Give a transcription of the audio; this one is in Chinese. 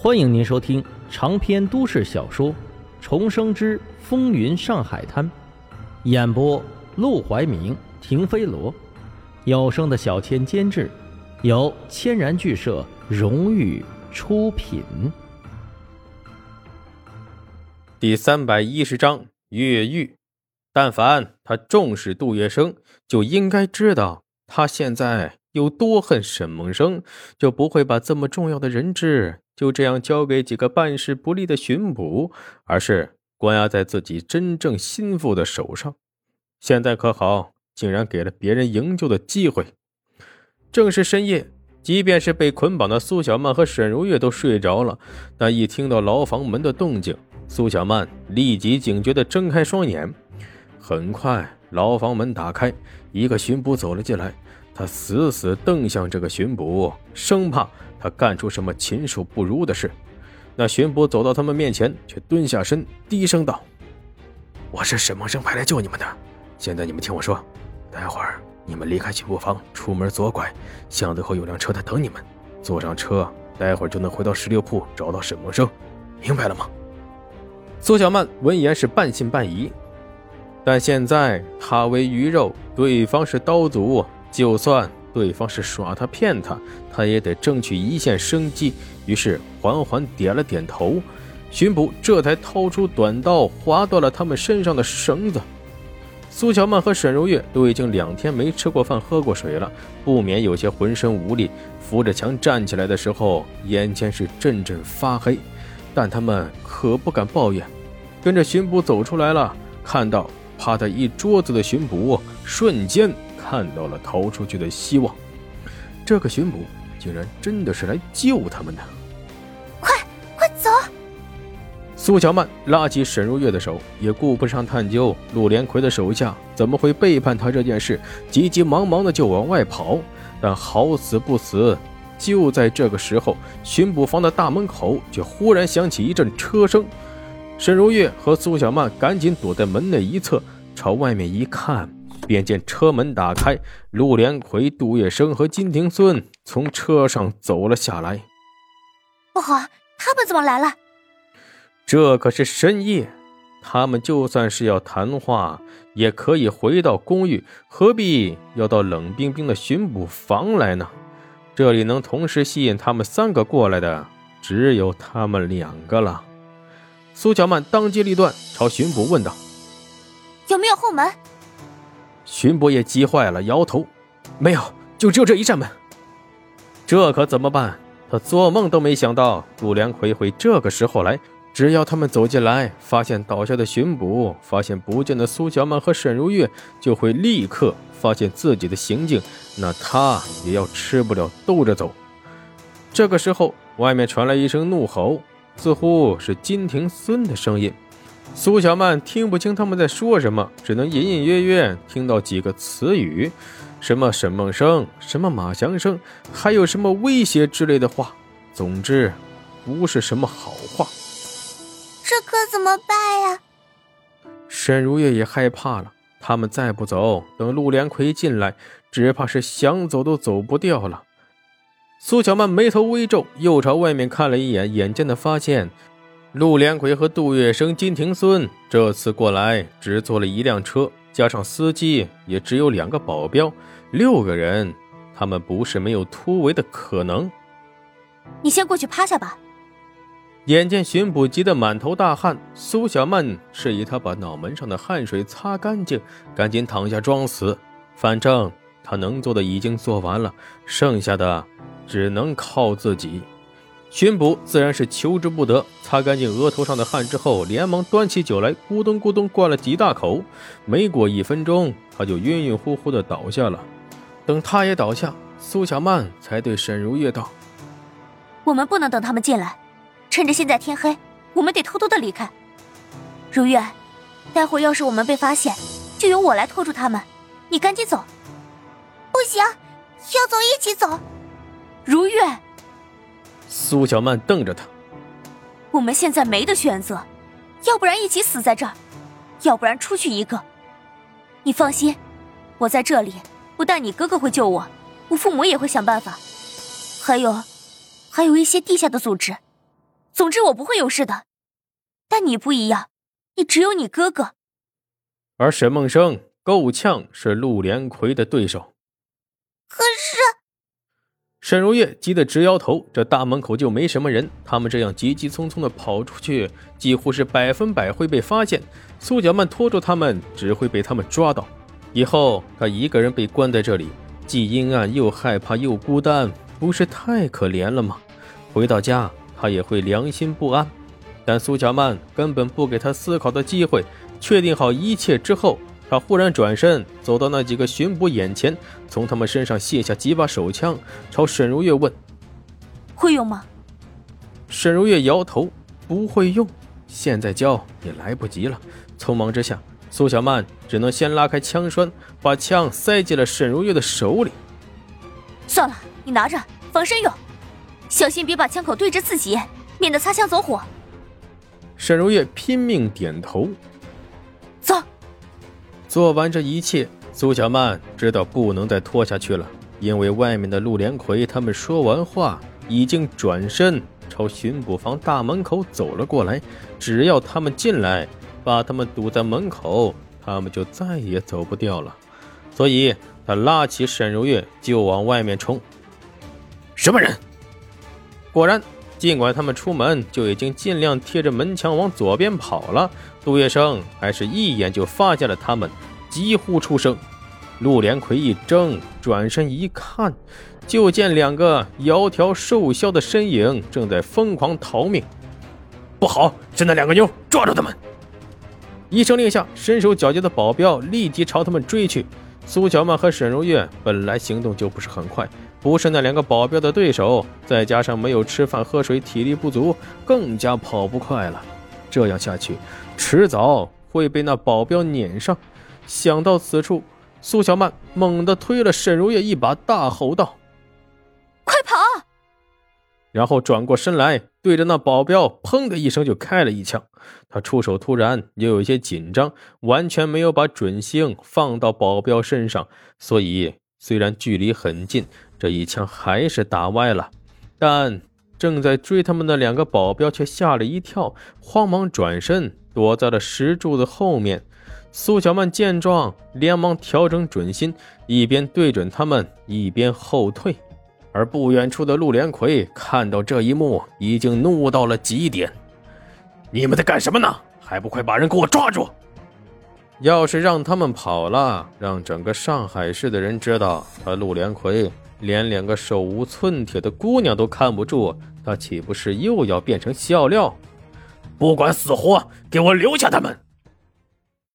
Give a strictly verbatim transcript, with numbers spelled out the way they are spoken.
欢迎您收听长篇都市小说《重生之风云上海滩》，演播陆怀明、停飞罗，有声的小千监制，由千然剧社荣誉出品。 第三百一十章越狱。但凡他重视杜月笙，就应该知道他现在有多恨沈梦生，就不会把这么重要的人质就这样交给几个办事不力的巡捕，而是关押在自己真正心腹的手上。现在可好，竟然给了别人营救的机会。正是深夜，即便是被捆绑的苏小曼和沈如月都睡着了，但一听到牢房门的动静，苏小曼立即警觉地睁开双眼。很快牢房门打开，一个巡捕走了进来，他死死瞪向这个巡捕，生怕他干出什么禽兽不如的事。那巡捕走到他们面前，却蹲下身低声道：我是沈梦生派来救你们的，现在你们听我说，待会儿你们离开巡捕房，出门左拐，巷子口有辆车在等你们，坐上车，待会儿就能回到十六铺找到沈梦生，明白了吗？苏小曼闻言是半信半疑，但现在他为鱼肉，对方是刀俎，就算对方是耍他骗他，他也得争取一线生机，于是缓缓点了点头。巡捕这才掏出短刀，划断了他们身上的绳子。苏小曼和沈如月都已经两天没吃过饭喝过水了，不免有些浑身无力，扶着墙站起来的时候，眼前是阵阵发黑，但他们可不敢抱怨。跟着巡捕走出来了，看到趴在一桌子的巡捕，瞬间看到了逃出去的希望。这个巡捕竟然真的是来救他们的。 快快走！ 苏小曼拉起沈如月的手，也顾不上探究陆连魁的手下怎么会背叛他这件事，急急忙忙的就往外跑。但好死不死，就在这个时候，巡捕房的大门口却忽然响起一阵车声。沈如月和苏小曼赶紧躲在门内一侧，朝外面一看，便见车门打开，陆连魁、杜月笙和金庭孙从车上走了下来。 不好，他们怎么来了？ 这可是深夜，他们就算是要谈话，也可以回到公寓，何必要到冷冰冰的巡捕房来呢？这里能同时吸引他们三个过来的，只有他们两个了。苏小曼当机立断朝巡捕问道： 有没有后门？ 巡捕也急坏了，摇头：没有，就只有这一扇门。这可怎么办？他做梦都没想到陆连魁会这个时候来。只要他们走进来，发现倒下的巡捕，发现不见的苏小曼和沈如月，就会立刻发现自己的行径，那他也要吃不了兜着走。这个时候外面传来一声怒吼，似乎是金庭孙的声音。苏小曼听不清他们在说什么，只能隐隐约约听到几个词语，什么沈梦生，什么马祥生，还有什么威胁之类的话，总之不是什么好话。 这可怎么办呀？ 沈如月也害怕了，他们再不走，等陆连魁进来，只怕是想走都走不掉了。苏小曼眉头微皱，又朝外面看了一眼，眼尖的发现陆连魁和杜月笙、金庭孙这次过来只坐了一辆车，加上司机也只有两个保镖，六个人，他们不是没有突围的可能。 你先过去趴下吧。 眼见巡捕急得满头大汗，苏小曼示意他把脑门上的汗水擦干净，赶紧躺下装死。反正他能做的已经做完了，剩下的只能靠自己。巡捕自然是求之不得，擦干净额头上的汗之后，连忙端起酒来，咕咚咕咚灌了几大口。没过一分钟，他就晕晕乎乎的倒下了。等他也倒下，苏小曼才对沈如月道： 我们不能等他们进来，趁着现在天黑，我们得偷偷的离开。如月，待会儿要是我们被发现，就由我来拖住他们，你赶紧走。不行，要走一起走。如月， 苏小曼瞪着他： 我们现在没得选择，要不然一起死在这儿，要不然出去一个。你放心，我在这里，不但你哥哥会救我，我父母也会想办法。还有，还有一些地下的组织。 总之我不会有事的。但你不一样，你只有你哥哥。 而沈梦生够呛是陆连魁的对手。 可是沈如月急得直摇头，这大门口就没什么人，他们这样急急匆匆地跑出去，几乎是百分百会被发现。苏小曼拖住他们，只会被他们抓到。以后他一个人被关在这里，既阴暗又害怕又孤单，不是太可怜了吗？回到家他也会良心不安。但苏小曼根本不给他思考的机会，确定好一切之后，他忽然转身走到那几个巡捕眼前，从他们身上卸下几把手枪，朝沈如月问： 会用吗？ 沈如月摇头，不会用，现在教也来不及了。匆忙之下，苏小曼只能先拉开枪栓，把枪塞进了沈如月的手里。 算了，你拿着防身用，小心别把枪口对着自己，免得擦枪走火。 沈如月拼命点头。 走。 做完这一切，苏小曼知道不能再拖下去了，因为外面的陆连魁他们说完话，已经转身朝巡捕房大门口走了过来。只要他们进来，把他们堵在门口，他们就再也走不掉了。所以他拉起沈如月就往外面冲。什么人？果然，尽管他们出门就已经尽量贴着门墙往左边跑了，杜月笙还是一眼就发现了他们，急呼出声。陆连魁一怔，转身一看，就见两个窈窕瘦削的身影正在疯狂逃命。不好，是那两个妞，抓住他们！一声令下，身手矫捷的保镖立即朝他们追去。苏小曼和沈如月本来行动就不是很快，不是那两个保镖的对手，再加上没有吃饭喝水，体力不足，更加跑不快了。这样下去，迟早会被那保镖撵上。想到此处，苏小曼猛地推了沈如月一把，大吼道： 快跑！ 然后转过身来，对着那保镖砰的一声就开了一枪。他出手突然，又有些紧张，完全没有把准星放到保镖身上，所以虽然距离很近，这一枪还是打歪了。但正在追他们的两个保镖却吓了一跳，慌忙转身躲在了石柱子后面。苏小曼见状，连忙调整准心，一边对准他们，一边后退。而不远处的陆连魁看到这一幕，已经怒到了极点。你们在干什么呢？还不快把人给我抓住！要是让他们跑了，让整个上海市的人知道他陆连魁连两个手无寸铁的姑娘都看不住，他岂不是又要变成笑料？不管死活，给我留下他们！